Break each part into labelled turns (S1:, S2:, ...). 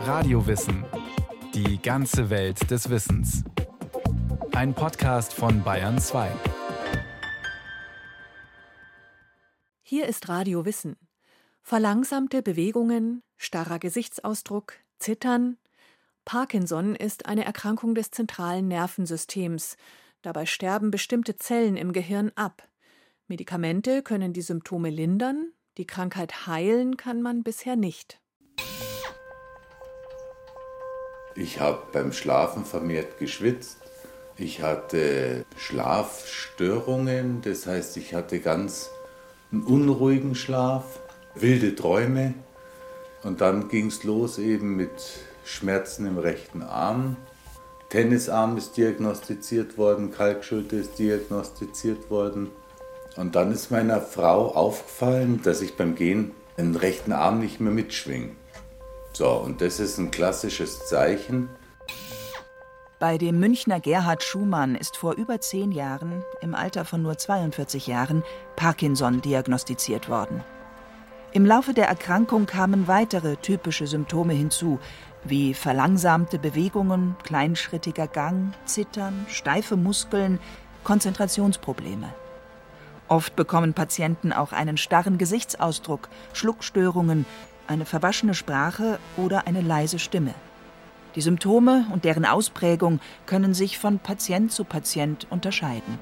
S1: Radiowissen. Die ganze Welt des Wissens. Ein Podcast von Bayern 2.
S2: Hier ist Radio Wissen. Verlangsamte Bewegungen, starrer Gesichtsausdruck, Zittern. Parkinson ist eine Erkrankung des zentralen Nervensystems. Dabei sterben bestimmte Zellen im Gehirn ab. Medikamente können die Symptome lindern, die Krankheit heilen kann man bisher nicht.
S3: Ich habe beim Schlafen vermehrt geschwitzt. Ich hatte Schlafstörungen, das heißt, ich hatte ganz einen unruhigen Schlaf, wilde Träume. Und dann ging es los eben mit Schmerzen im rechten Arm. Tennisarm ist diagnostiziert worden, Kalkschulter ist diagnostiziert worden. Und dann ist meiner Frau aufgefallen, dass ich beim Gehen den rechten Arm nicht mehr mitschwinge. So, und das ist ein klassisches Zeichen.
S4: Bei dem Münchner Gerhard Schumann ist vor über 10 Jahren, im Alter von nur 42 Jahren, Parkinson diagnostiziert worden. Im Laufe der Erkrankung kamen weitere typische Symptome hinzu, wie verlangsamte Bewegungen, kleinschrittiger Gang, Zittern, steife Muskeln, Konzentrationsprobleme. Oft bekommen Patienten auch einen starren Gesichtsausdruck, Schluckstörungen, eine verwaschene Sprache oder eine leise Stimme. Die Symptome und deren Ausprägung können sich von Patient zu Patient unterscheiden.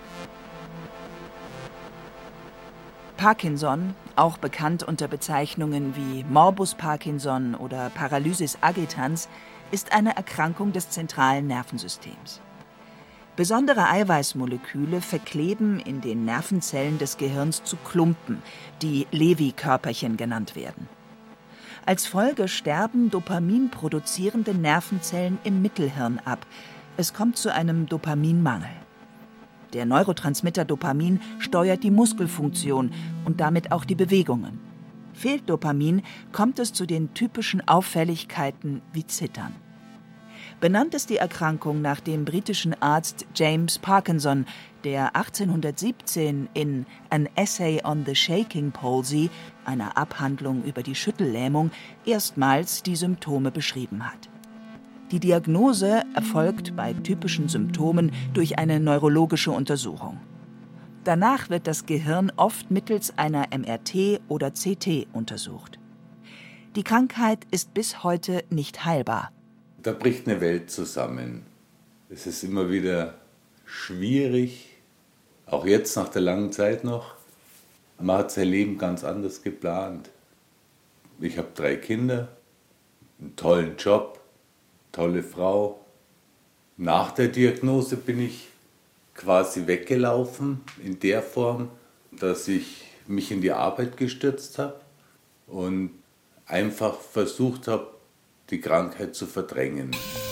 S4: Parkinson, auch bekannt unter Bezeichnungen wie Morbus Parkinson oder Paralysis agitans, ist eine Erkrankung des zentralen Nervensystems. Besondere Eiweißmoleküle verkleben in den Nervenzellen des Gehirns zu Klumpen, die Lewy-Körperchen genannt werden. Als Folge sterben dopaminproduzierende Nervenzellen im Mittelhirn ab. Es kommt zu einem Dopaminmangel. Der Neurotransmitter Dopamin steuert die Muskelfunktion und damit auch die Bewegungen. Fehlt Dopamin, kommt es zu den typischen Auffälligkeiten wie Zittern. Benannt ist die Erkrankung nach dem britischen Arzt James Parkinson, der 1817 in An Essay on the Shaking Palsy, einer Abhandlung über die Schüttellähmung, erstmals die Symptome beschrieben hat. Die Diagnose erfolgt bei typischen Symptomen durch eine neurologische Untersuchung. Danach wird das Gehirn oft mittels einer MRT oder CT untersucht. Die Krankheit ist bis heute nicht heilbar.
S3: Da bricht eine Welt zusammen. Es ist immer wieder schwierig, auch jetzt nach der langen Zeit noch. Man hat sein Leben ganz anders geplant. Ich habe 3 Kinder, einen tollen Job, tolle Frau. Nach der Diagnose bin ich quasi weggelaufen in der Form, dass ich mich in die Arbeit gestürzt habe und einfach versucht habe, die Krankheit zu verdrängen.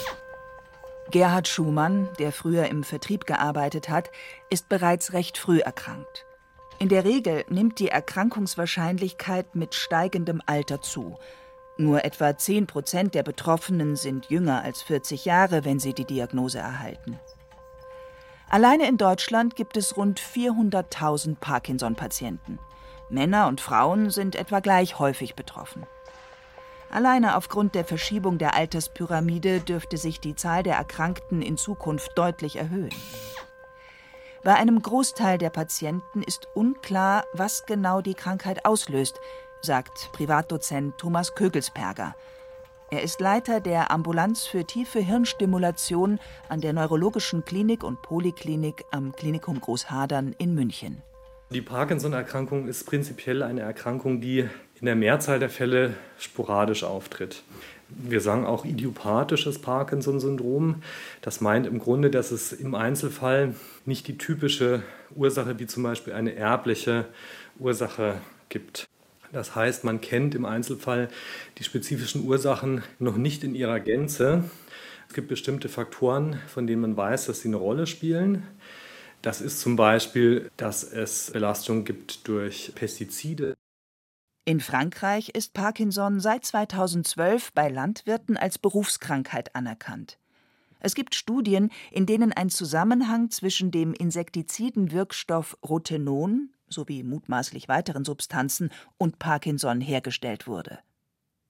S4: Gerhard Schumann, der früher im Vertrieb gearbeitet hat, ist bereits recht früh erkrankt. In der Regel nimmt die Erkrankungswahrscheinlichkeit mit steigendem Alter zu. Nur etwa 10% der Betroffenen sind jünger als 40 Jahre, wenn sie die Diagnose erhalten. Alleine in Deutschland gibt es rund 400.000 Parkinson-Patienten. Männer und Frauen sind etwa gleich häufig betroffen. Alleine aufgrund der Verschiebung der Alterspyramide dürfte sich die Zahl der Erkrankten in Zukunft deutlich erhöhen. Bei einem Großteil der Patienten ist unklar, was genau die Krankheit auslöst, sagt Privatdozent Thomas Kögelsperger. Er ist Leiter der Ambulanz für tiefe Hirnstimulation an der Neurologischen Klinik und Poliklinik am Klinikum Großhadern in München.
S5: Die Parkinson-Erkrankung ist prinzipiell eine Erkrankung, die in der Mehrzahl der Fälle sporadisch auftritt. Wir sagen auch idiopathisches Parkinson-Syndrom. Das meint im Grunde, dass es im Einzelfall nicht die typische Ursache wie zum Beispiel eine erbliche Ursache gibt. Das heißt, man kennt im Einzelfall die spezifischen Ursachen noch nicht in ihrer Gänze. Es gibt bestimmte Faktoren, von denen man weiß, dass sie eine Rolle spielen. Das ist zum Beispiel, dass es Belastung gibt durch Pestizide.
S4: In Frankreich ist Parkinson seit 2012 bei Landwirten als Berufskrankheit anerkannt. Es gibt Studien, in denen ein Zusammenhang zwischen dem Insektizidenwirkstoff Rotenon sowie mutmaßlich weiteren Substanzen und Parkinson hergestellt wurde.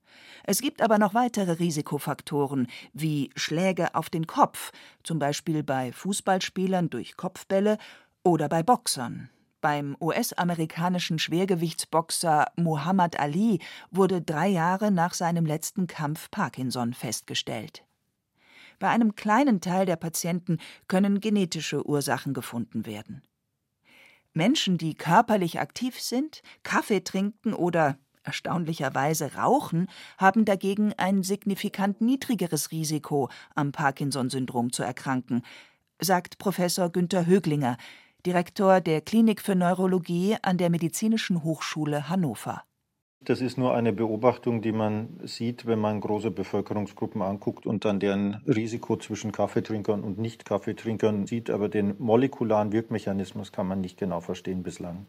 S4: Es gibt aber noch weitere Risikofaktoren, wie Schläge auf den Kopf, zum Beispiel bei Fußballspielern durch Kopfbälle oder bei Boxern. Beim US-amerikanischen Schwergewichtsboxer Muhammad Ali wurde 3 Jahre nach seinem letzten Kampf Parkinson festgestellt. Bei einem kleinen Teil der Patienten können genetische Ursachen gefunden werden. Menschen, die körperlich aktiv sind, Kaffee trinken oder erstaunlicherweise rauchen, haben dagegen ein signifikant niedrigeres Risiko, am Parkinson-Syndrom zu erkranken, sagt Professor Günter Höglinger, Direktor der Klinik für Neurologie an der Medizinischen Hochschule Hannover.
S6: Das ist nur eine Beobachtung, die man sieht, wenn man große Bevölkerungsgruppen anguckt und dann deren Risiko zwischen Kaffeetrinkern und Nicht-Kaffeetrinkern sieht. Aber den molekularen Wirkmechanismus kann man nicht genau verstehen bislang.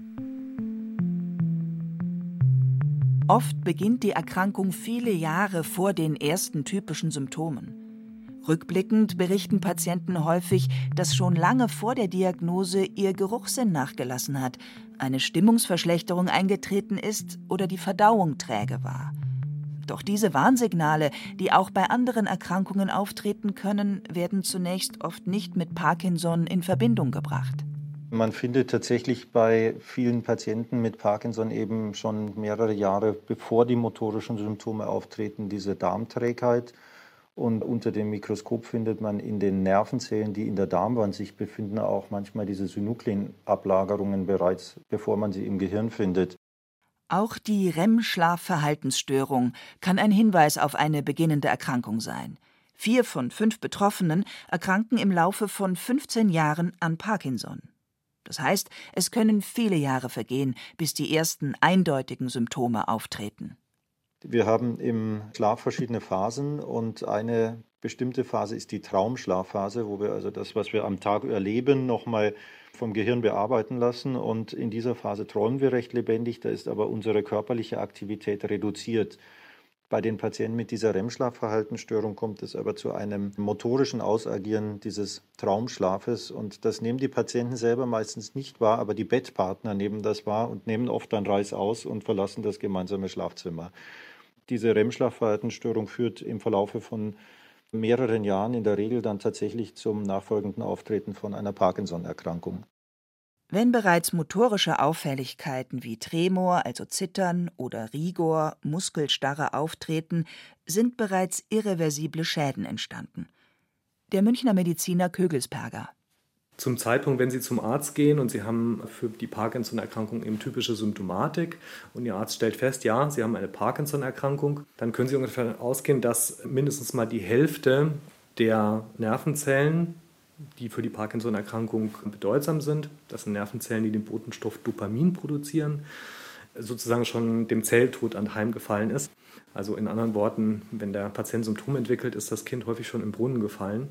S4: Oft beginnt die Erkrankung viele Jahre vor den ersten typischen Symptomen. Rückblickend berichten Patienten häufig, dass schon lange vor der Diagnose ihr Geruchssinn nachgelassen hat, eine Stimmungsverschlechterung eingetreten ist oder die Verdauung träge war. Doch diese Warnsignale, die auch bei anderen Erkrankungen auftreten können, werden zunächst oft nicht mit Parkinson in Verbindung gebracht.
S6: Man findet tatsächlich bei vielen Patienten mit Parkinson eben schon mehrere Jahre, bevor die motorischen Symptome auftreten, diese Darmträgheit. Und unter dem Mikroskop findet man in den Nervenzellen, die in der Darmwand sich befinden, auch manchmal diese Synukleinablagerungen bereits, bevor man sie im Gehirn findet.
S4: Auch die REM-Schlafverhaltensstörung kann ein Hinweis auf eine beginnende Erkrankung sein. 4 von 5 Betroffenen erkranken im Laufe von 15 Jahren an Parkinson. Das heißt, es können viele Jahre vergehen, bis die ersten eindeutigen Symptome auftreten.
S6: Wir haben im Schlaf verschiedene Phasen und eine bestimmte Phase ist die Traumschlafphase, wo wir also das, was wir am Tag erleben, nochmal vom Gehirn bearbeiten lassen. Und in dieser Phase träumen wir recht lebendig, da ist aber unsere körperliche Aktivität reduziert. Bei den Patienten mit dieser REM-Schlafverhaltensstörung kommt es aber zu einem motorischen Ausagieren dieses Traumschlafes. Und das nehmen die Patienten selber meistens nicht wahr, aber die Bettpartner nehmen das wahr und nehmen oft dann reißaus und verlassen das gemeinsame Schlafzimmer. Diese REM-Schlafverhaltensstörung führt im Verlaufe von mehreren Jahren in der Regel dann tatsächlich zum nachfolgenden Auftreten von einer Parkinson-Erkrankung.
S4: Wenn bereits motorische Auffälligkeiten wie Tremor, also Zittern, oder Rigor, Muskelstarre auftreten, sind bereits irreversible Schäden entstanden. Der Münchner Mediziner Kögelsperger.
S5: Zum Zeitpunkt, wenn Sie zum Arzt gehen und Sie haben für die Parkinson-Erkrankung eben typische Symptomatik und Ihr Arzt stellt fest, ja, Sie haben eine Parkinson-Erkrankung, dann können Sie ungefähr ausgehen, dass mindestens mal die Hälfte der Nervenzellen, die für die Parkinson-Erkrankung bedeutsam sind, das sind Nervenzellen, die den Botenstoff Dopamin produzieren, sozusagen schon dem Zelltod anheimgefallen ist. Also in anderen Worten, wenn der Patient Symptome entwickelt, ist das Kind häufig schon im Brunnen gefallen.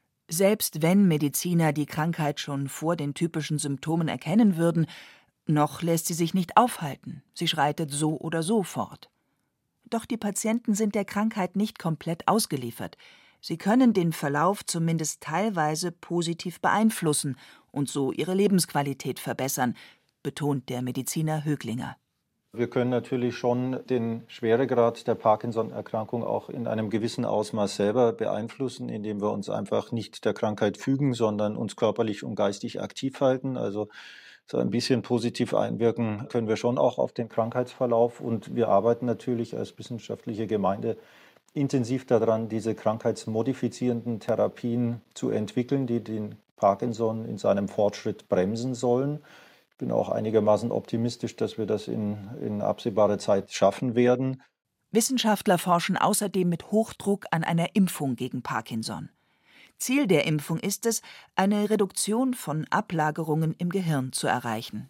S4: Selbst wenn Mediziner die Krankheit schon vor den typischen Symptomen erkennen würden, noch lässt sie sich nicht aufhalten. Sie schreitet so oder so fort. Doch die Patienten sind der Krankheit nicht komplett ausgeliefert. Sie können den Verlauf zumindest teilweise positiv beeinflussen und so ihre Lebensqualität verbessern, betont der Mediziner Höglinger.
S6: Wir können natürlich schon den Schweregrad der Parkinson-Erkrankung auch in einem gewissen Ausmaß selber beeinflussen, indem wir uns einfach nicht der Krankheit fügen, sondern uns körperlich und geistig aktiv halten. Also so ein bisschen positiv einwirken können wir schon auch auf den Krankheitsverlauf. Und wir arbeiten natürlich als wissenschaftliche Gemeinde intensiv daran, diese krankheitsmodifizierenden Therapien zu entwickeln, die den Parkinson in seinem Fortschritt bremsen sollen. Ich bin auch einigermaßen optimistisch, dass wir das in absehbarer Zeit schaffen werden.
S4: Wissenschaftler forschen außerdem mit Hochdruck an einer Impfung gegen Parkinson. Ziel der Impfung ist es, eine Reduktion von Ablagerungen im Gehirn zu erreichen.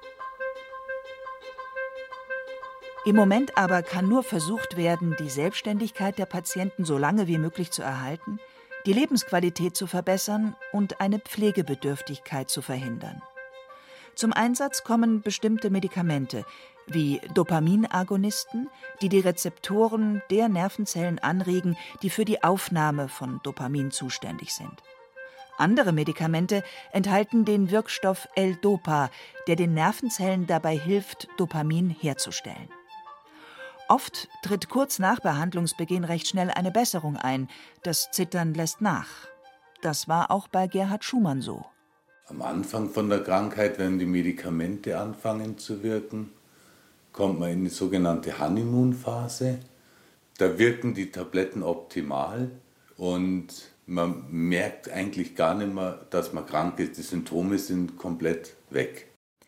S4: Im Moment aber kann nur versucht werden, die Selbstständigkeit der Patienten so lange wie möglich zu erhalten, die Lebensqualität zu verbessern und eine Pflegebedürftigkeit zu verhindern. Zum Einsatz kommen bestimmte Medikamente wie Dopaminagonisten, die die Rezeptoren der Nervenzellen anregen, die für die Aufnahme von Dopamin zuständig sind. Andere Medikamente enthalten den Wirkstoff L-Dopa, der den Nervenzellen dabei hilft, Dopamin herzustellen. Oft tritt kurz nach Behandlungsbeginn recht schnell eine Besserung ein. Das Zittern lässt nach. Das war auch bei Gerhard Schumann so.
S3: Am Anfang von der Krankheit, wenn die Medikamente anfangen zu wirken, kommt man in die sogenannte Honeymoon-Phase. Da wirken die Tabletten optimal und man merkt eigentlich gar nicht mehr, dass man krank ist. Die Symptome sind komplett weg.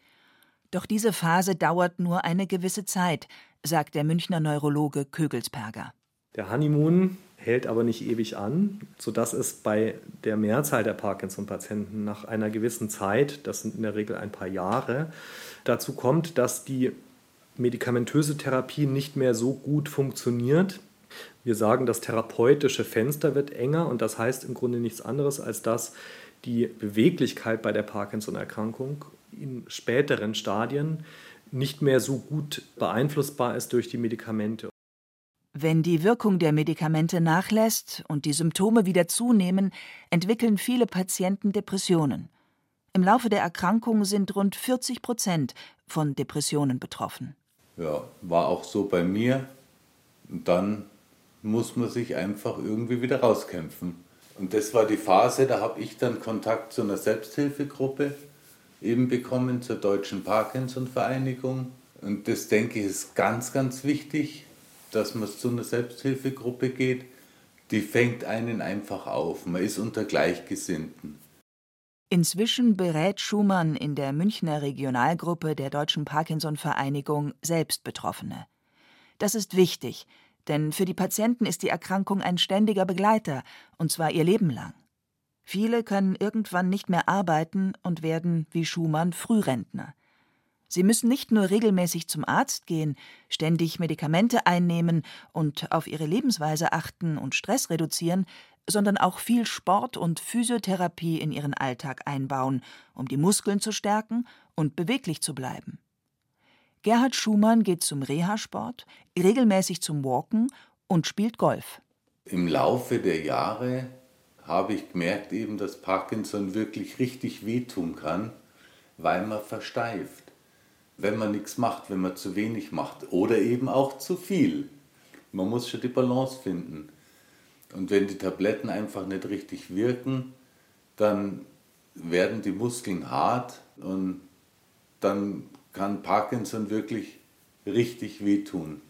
S4: Doch diese Phase dauert nur eine gewisse Zeit, sagt der Münchner Neurologe Kögelsperger.
S5: Der Honeymoon hält aber nicht ewig an, sodass es bei der Mehrzahl der Parkinson-Patienten nach einer gewissen Zeit, das sind in der Regel ein paar Jahre, dazu kommt, dass die medikamentöse Therapie nicht mehr so gut funktioniert. Wir sagen, das therapeutische Fenster wird enger und das heißt im Grunde nichts anderes, als dass die Beweglichkeit bei der Parkinson-Erkrankung in späteren Stadien nicht mehr so gut beeinflussbar ist durch die Medikamente.
S4: Wenn die Wirkung der Medikamente nachlässt und die Symptome wieder zunehmen, entwickeln viele Patienten Depressionen. Im Laufe der Erkrankung sind rund 40% von Depressionen betroffen.
S3: Ja, war auch so bei mir. Und dann muss man sich einfach irgendwie wieder rauskämpfen. Und das war die Phase, da habe ich dann Kontakt zu einer Selbsthilfegruppe eben bekommen, zur Deutschen Parkinson-Vereinigung. Und das, denke ich, ist ganz, ganz wichtig, dass man zu einer Selbsthilfegruppe geht. Die fängt einen einfach auf. Man ist unter Gleichgesinnten.
S4: Inzwischen berät Schumann in der Münchner Regionalgruppe der Deutschen Parkinson-Vereinigung selbst Betroffene. Das ist wichtig, denn für die Patienten ist die Erkrankung ein ständiger Begleiter, und zwar ihr Leben lang. Viele können irgendwann nicht mehr arbeiten und werden, wie Schumann, Frührentner. Sie müssen nicht nur regelmäßig zum Arzt gehen, ständig Medikamente einnehmen und auf ihre Lebensweise achten und Stress reduzieren, sondern auch viel Sport und Physiotherapie in ihren Alltag einbauen, um die Muskeln zu stärken und beweglich zu bleiben. Gerhard Schumann geht zum Reha-Sport, regelmäßig zum Walken und spielt Golf.
S3: Im Laufe der Jahre habe ich gemerkt, eben, dass Parkinson wirklich richtig wehtun kann, weil man versteift. Wenn man nichts macht, wenn man zu wenig macht oder eben auch zu viel. Man muss schon die Balance finden. Und wenn die Tabletten einfach nicht richtig wirken, dann werden die Muskeln hart und dann kann Parkinson wirklich richtig wehtun.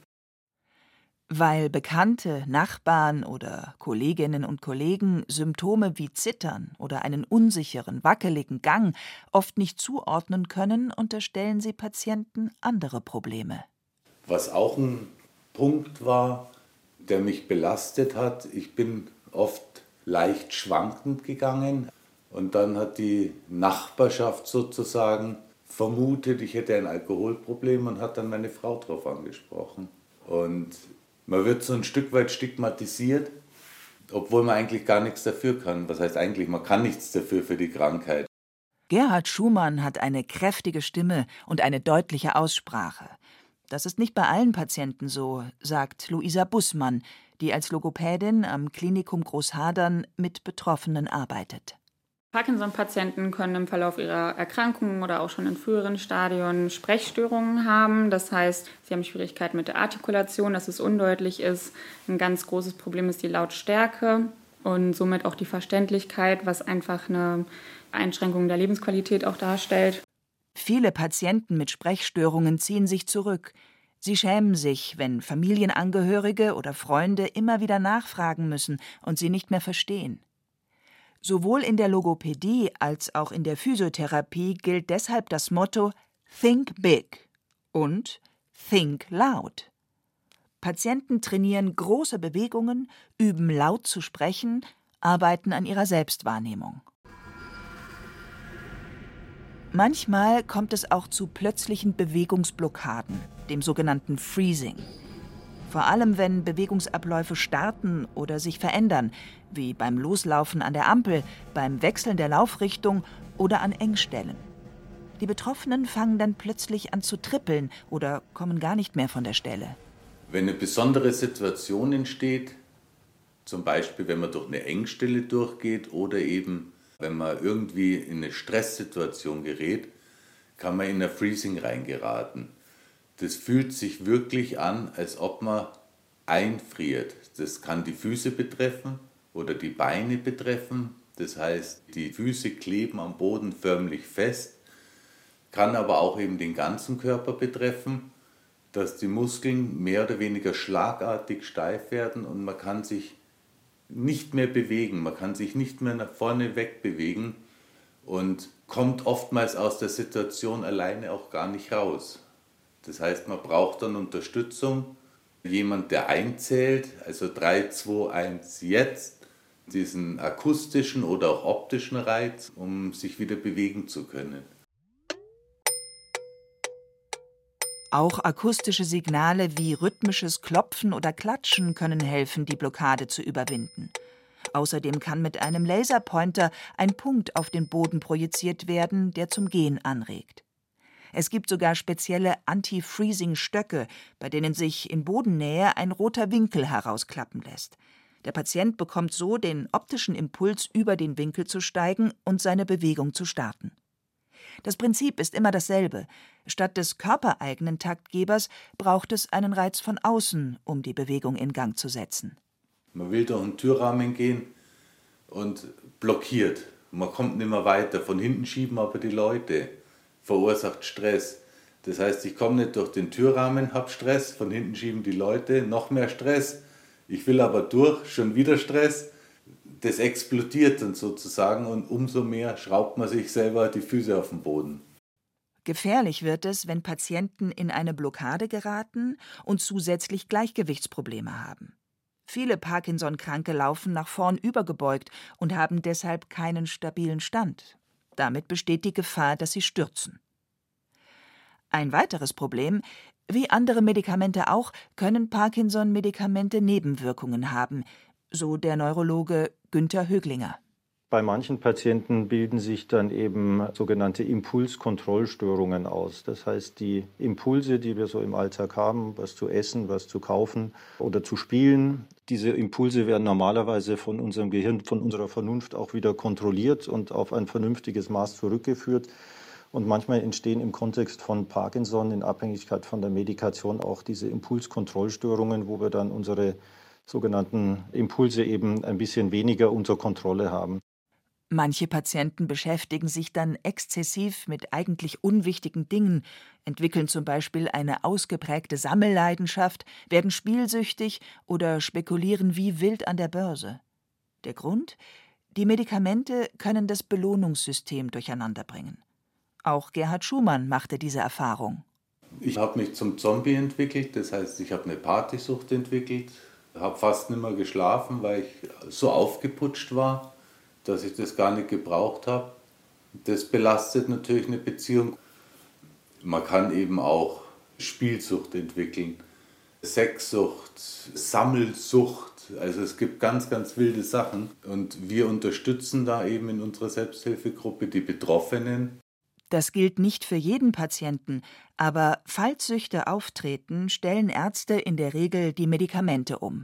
S4: Weil Bekannte, Nachbarn oder Kolleginnen und Kollegen Symptome wie Zittern oder einen unsicheren, wackeligen Gang oft nicht zuordnen können, unterstellen sie Patienten andere Probleme.
S3: Was auch ein Punkt war, der mich belastet hat, ich bin oft leicht schwankend gegangen und dann hat die Nachbarschaft sozusagen vermutet, ich hätte ein Alkoholproblem und hat dann meine Frau darauf angesprochen. Und man wird so ein Stück weit stigmatisiert, obwohl man eigentlich gar nichts dafür kann. Was heißt eigentlich, man kann nichts dafür für die Krankheit.
S4: Gerhard Schumann hat eine kräftige Stimme und eine deutliche Aussprache. Das ist nicht bei allen Patienten so, sagt Luisa Bussmann, die als Logopädin am Klinikum Großhadern mit Betroffenen arbeitet.
S7: Parkinson-Patienten können im Verlauf ihrer Erkrankung oder auch schon in früheren Stadien Sprechstörungen haben. Das heißt, sie haben Schwierigkeiten mit der Artikulation, dass es undeutlich ist. Ein ganz großes Problem ist die Lautstärke und somit auch die Verständlichkeit, was einfach eine Einschränkung der Lebensqualität auch darstellt.
S4: Viele Patienten mit Sprechstörungen ziehen sich zurück. Sie schämen sich, wenn Familienangehörige oder Freunde immer wieder nachfragen müssen und sie nicht mehr verstehen. Sowohl in der Logopädie als auch in der Physiotherapie gilt deshalb das Motto Think Big und Think Loud. Patienten trainieren große Bewegungen, üben laut zu sprechen, arbeiten an ihrer Selbstwahrnehmung. Manchmal kommt es auch zu plötzlichen Bewegungsblockaden, dem sogenannten Freezing. Vor allem, wenn Bewegungsabläufe starten oder sich verändern, wie beim Loslaufen an der Ampel, beim Wechseln der Laufrichtung oder an Engstellen. Die Betroffenen fangen dann plötzlich an zu trippeln oder kommen gar nicht mehr von der Stelle.
S3: Wenn eine besondere Situation entsteht, zum Beispiel wenn man durch eine Engstelle durchgeht oder eben wenn man irgendwie in eine Stresssituation gerät, kann man in ein Freezing reingeraten. Das fühlt sich wirklich an, als ob man einfriert. Das kann die Füße betreffen oder die Beine betreffen. Das heißt, die Füße kleben am Boden förmlich fest, kann aber auch eben den ganzen Körper betreffen, dass die Muskeln mehr oder weniger schlagartig steif werden und man kann sich nicht mehr bewegen, man kann sich nicht mehr nach vorne weg bewegen und kommt oftmals aus der Situation alleine auch gar nicht raus. Das heißt, man braucht dann Unterstützung, jemand, der einzählt, also 3, 2, 1, jetzt, diesen akustischen oder auch optischen Reiz, um sich wieder bewegen zu können.
S4: Auch akustische Signale wie rhythmisches Klopfen oder Klatschen können helfen, die Blockade zu überwinden. Außerdem kann mit einem Laserpointer ein Punkt auf den Boden projiziert werden, der zum Gehen anregt. Es gibt sogar spezielle Anti-Freezing-Stöcke, bei denen sich in Bodennähe ein roter Winkel herausklappen lässt. Der Patient bekommt so den optischen Impuls, über den Winkel zu steigen und seine Bewegung zu starten. Das Prinzip ist immer dasselbe. Statt des körpereigenen Taktgebers braucht es einen Reiz von außen, um die Bewegung in Gang zu setzen.
S3: Man will durch einen Türrahmen gehen und blockiert. Man kommt nicht mehr weiter. Von hinten schieben aber die Leute. Verursacht Stress. Das heißt, ich komme nicht durch den Türrahmen, habe Stress. Von hinten schieben die Leute, noch mehr Stress. Ich will aber durch, schon wieder Stress. Das explodiert dann sozusagen und umso mehr schraubt man sich selber die Füße auf den Boden.
S4: Gefährlich wird es, wenn Patienten in eine Blockade geraten und zusätzlich Gleichgewichtsprobleme haben. Viele Parkinson-Kranke laufen nach vorn übergebeugt und haben deshalb keinen stabilen Stand. Damit besteht die Gefahr, dass sie stürzen. Ein weiteres Problem: Wie andere Medikamente auch, können Parkinson-Medikamente Nebenwirkungen haben, so der Neurologe Günther Höglinger.
S6: Bei manchen Patienten bilden sich dann eben sogenannte Impulskontrollstörungen aus. Das heißt, die Impulse, die wir so im Alltag haben, was zu essen, was zu kaufen oder zu spielen, diese Impulse werden normalerweise von unserem Gehirn, von unserer Vernunft auch wieder kontrolliert und auf ein vernünftiges Maß zurückgeführt. Und manchmal entstehen im Kontext von Parkinson in Abhängigkeit von der Medikation auch diese Impulskontrollstörungen, wo wir dann unsere sogenannten Impulse eben ein bisschen weniger unter Kontrolle haben.
S4: Manche Patienten beschäftigen sich dann exzessiv mit eigentlich unwichtigen Dingen, entwickeln zum Beispiel eine ausgeprägte Sammelleidenschaft, werden spielsüchtig oder spekulieren wie wild an der Börse. Der Grund? Die Medikamente können das Belohnungssystem durcheinanderbringen. Auch Gerhard Schumann machte diese Erfahrung.
S3: Ich habe mich zum Zombie entwickelt, das heißt, ich habe eine Partysucht entwickelt, habe fast nicht mehr geschlafen, weil ich so aufgeputscht war, dass ich das gar nicht gebraucht habe. Das belastet natürlich eine Beziehung. Man kann eben auch Spielsucht entwickeln, Sexsucht, Sammelsucht. Also es gibt ganz, ganz wilde Sachen. Und wir unterstützen da eben in unserer Selbsthilfegruppe die Betroffenen.
S4: Das gilt nicht für jeden Patienten, aber falls Süchte auftreten, stellen Ärzte in der Regel die Medikamente um.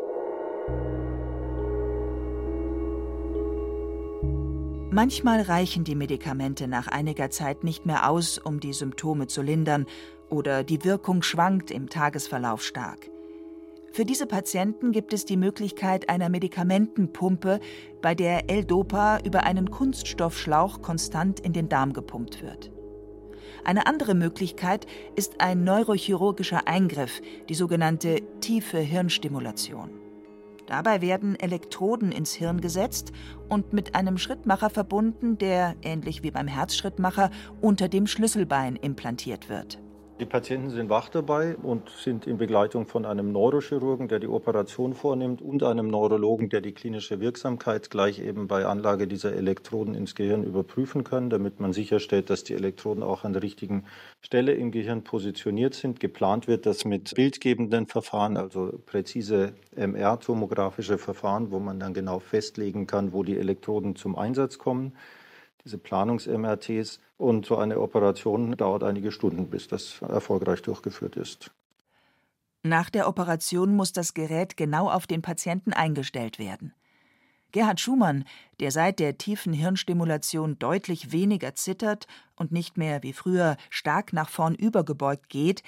S4: Manchmal reichen die Medikamente nach einiger Zeit nicht mehr aus, um die Symptome zu lindern, oder die Wirkung schwankt im Tagesverlauf stark. Für diese Patienten gibt es die Möglichkeit einer Medikamentenpumpe, bei der L-Dopa über einen Kunststoffschlauch konstant in den Darm gepumpt wird. Eine andere Möglichkeit ist ein neurochirurgischer Eingriff, die sogenannte tiefe Hirnstimulation. Dabei werden Elektroden ins Hirn gesetzt und mit einem Schrittmacher verbunden, der, ähnlich wie beim Herzschrittmacher, unter dem Schlüsselbein implantiert wird.
S6: Die Patienten sind wach dabei und sind in Begleitung von einem Neurochirurgen, der die Operation vornimmt, und einem Neurologen, der die klinische Wirksamkeit gleich eben bei Anlage dieser Elektroden ins Gehirn überprüfen kann, damit man sicherstellt, dass die Elektroden auch an der richtigen Stelle im Gehirn positioniert sind. Geplant wird das mit bildgebenden Verfahren, also präzise MR-tomografische Verfahren, wo man dann genau festlegen kann, wo die Elektroden zum Einsatz kommen. Diese Planungs-MRTs, und so eine Operation dauert einige Stunden, bis das erfolgreich durchgeführt ist.
S4: Nach der Operation muss das Gerät genau auf den Patienten eingestellt werden. Gerhard Schumann, der seit der tiefen Hirnstimulation deutlich weniger zittert und nicht mehr wie früher stark nach vorn übergebeugt geht,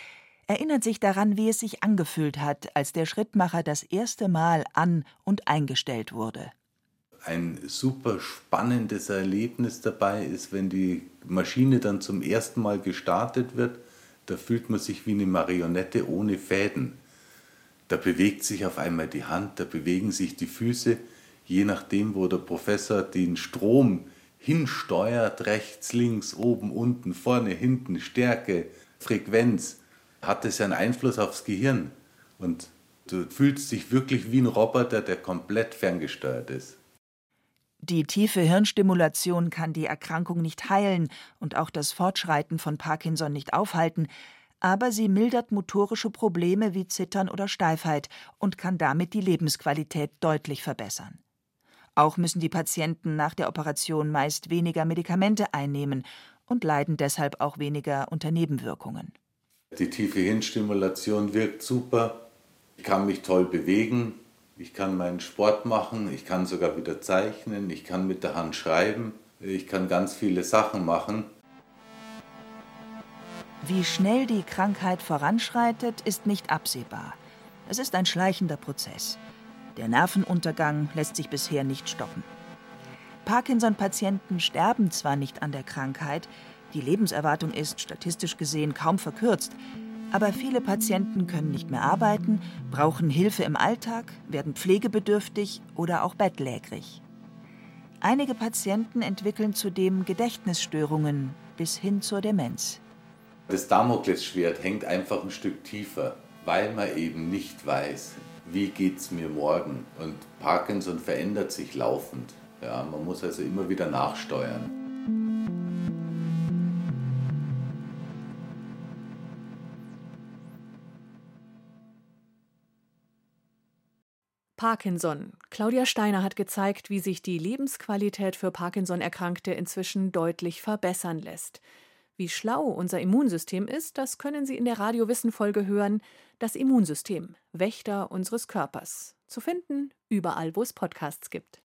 S4: erinnert sich daran, wie es sich angefühlt hat, als der Schrittmacher das erste Mal an- und eingestellt wurde.
S3: Ein super spannendes Erlebnis dabei ist, wenn die Maschine dann zum ersten Mal gestartet wird, da fühlt man sich wie eine Marionette ohne Fäden. Da bewegt sich auf einmal die Hand, da bewegen sich die Füße, je nachdem, wo der Professor den Strom hinsteuert, rechts, links, oben, unten, vorne, hinten, Stärke, Frequenz, hat es einen Einfluss aufs Gehirn. Und du fühlst dich wirklich wie ein Roboter, der komplett ferngesteuert ist.
S4: Die tiefe Hirnstimulation kann die Erkrankung nicht heilen und auch das Fortschreiten von Parkinson nicht aufhalten, aber sie mildert motorische Probleme wie Zittern oder Steifheit und kann damit die Lebensqualität deutlich verbessern. Auch müssen die Patienten nach der Operation meist weniger Medikamente einnehmen und leiden deshalb auch weniger unter Nebenwirkungen.
S3: Die tiefe Hirnstimulation wirkt super, ich kann mich toll bewegen, ich kann meinen Sport machen, ich kann sogar wieder zeichnen, ich kann mit der Hand schreiben, ich kann ganz viele Sachen machen.
S4: Wie schnell die Krankheit voranschreitet, ist nicht absehbar. Es ist ein schleichender Prozess. Der Nervenuntergang lässt sich bisher nicht stoppen. Parkinson-Patienten sterben zwar nicht an der Krankheit, die Lebenserwartung ist statistisch gesehen kaum verkürzt, aber viele Patienten können nicht mehr arbeiten, brauchen Hilfe im Alltag, werden pflegebedürftig oder auch bettlägerig. Einige Patienten entwickeln zudem Gedächtnisstörungen bis hin zur Demenz.
S3: Das Damoklesschwert hängt einfach ein Stück tiefer, weil man eben nicht weiß, wie geht's mir morgen. Und Parkinson verändert sich laufend. Ja, man muss also immer wieder nachsteuern.
S2: Parkinson. Claudia Steiner hat gezeigt, wie sich die Lebensqualität für Parkinson-Erkrankte inzwischen deutlich verbessern lässt. Wie schlau unser Immunsystem ist, das können Sie in der Radio-Wissen-Folge hören. Das Immunsystem, Wächter unseres Körpers. Zu finden überall, wo es Podcasts gibt.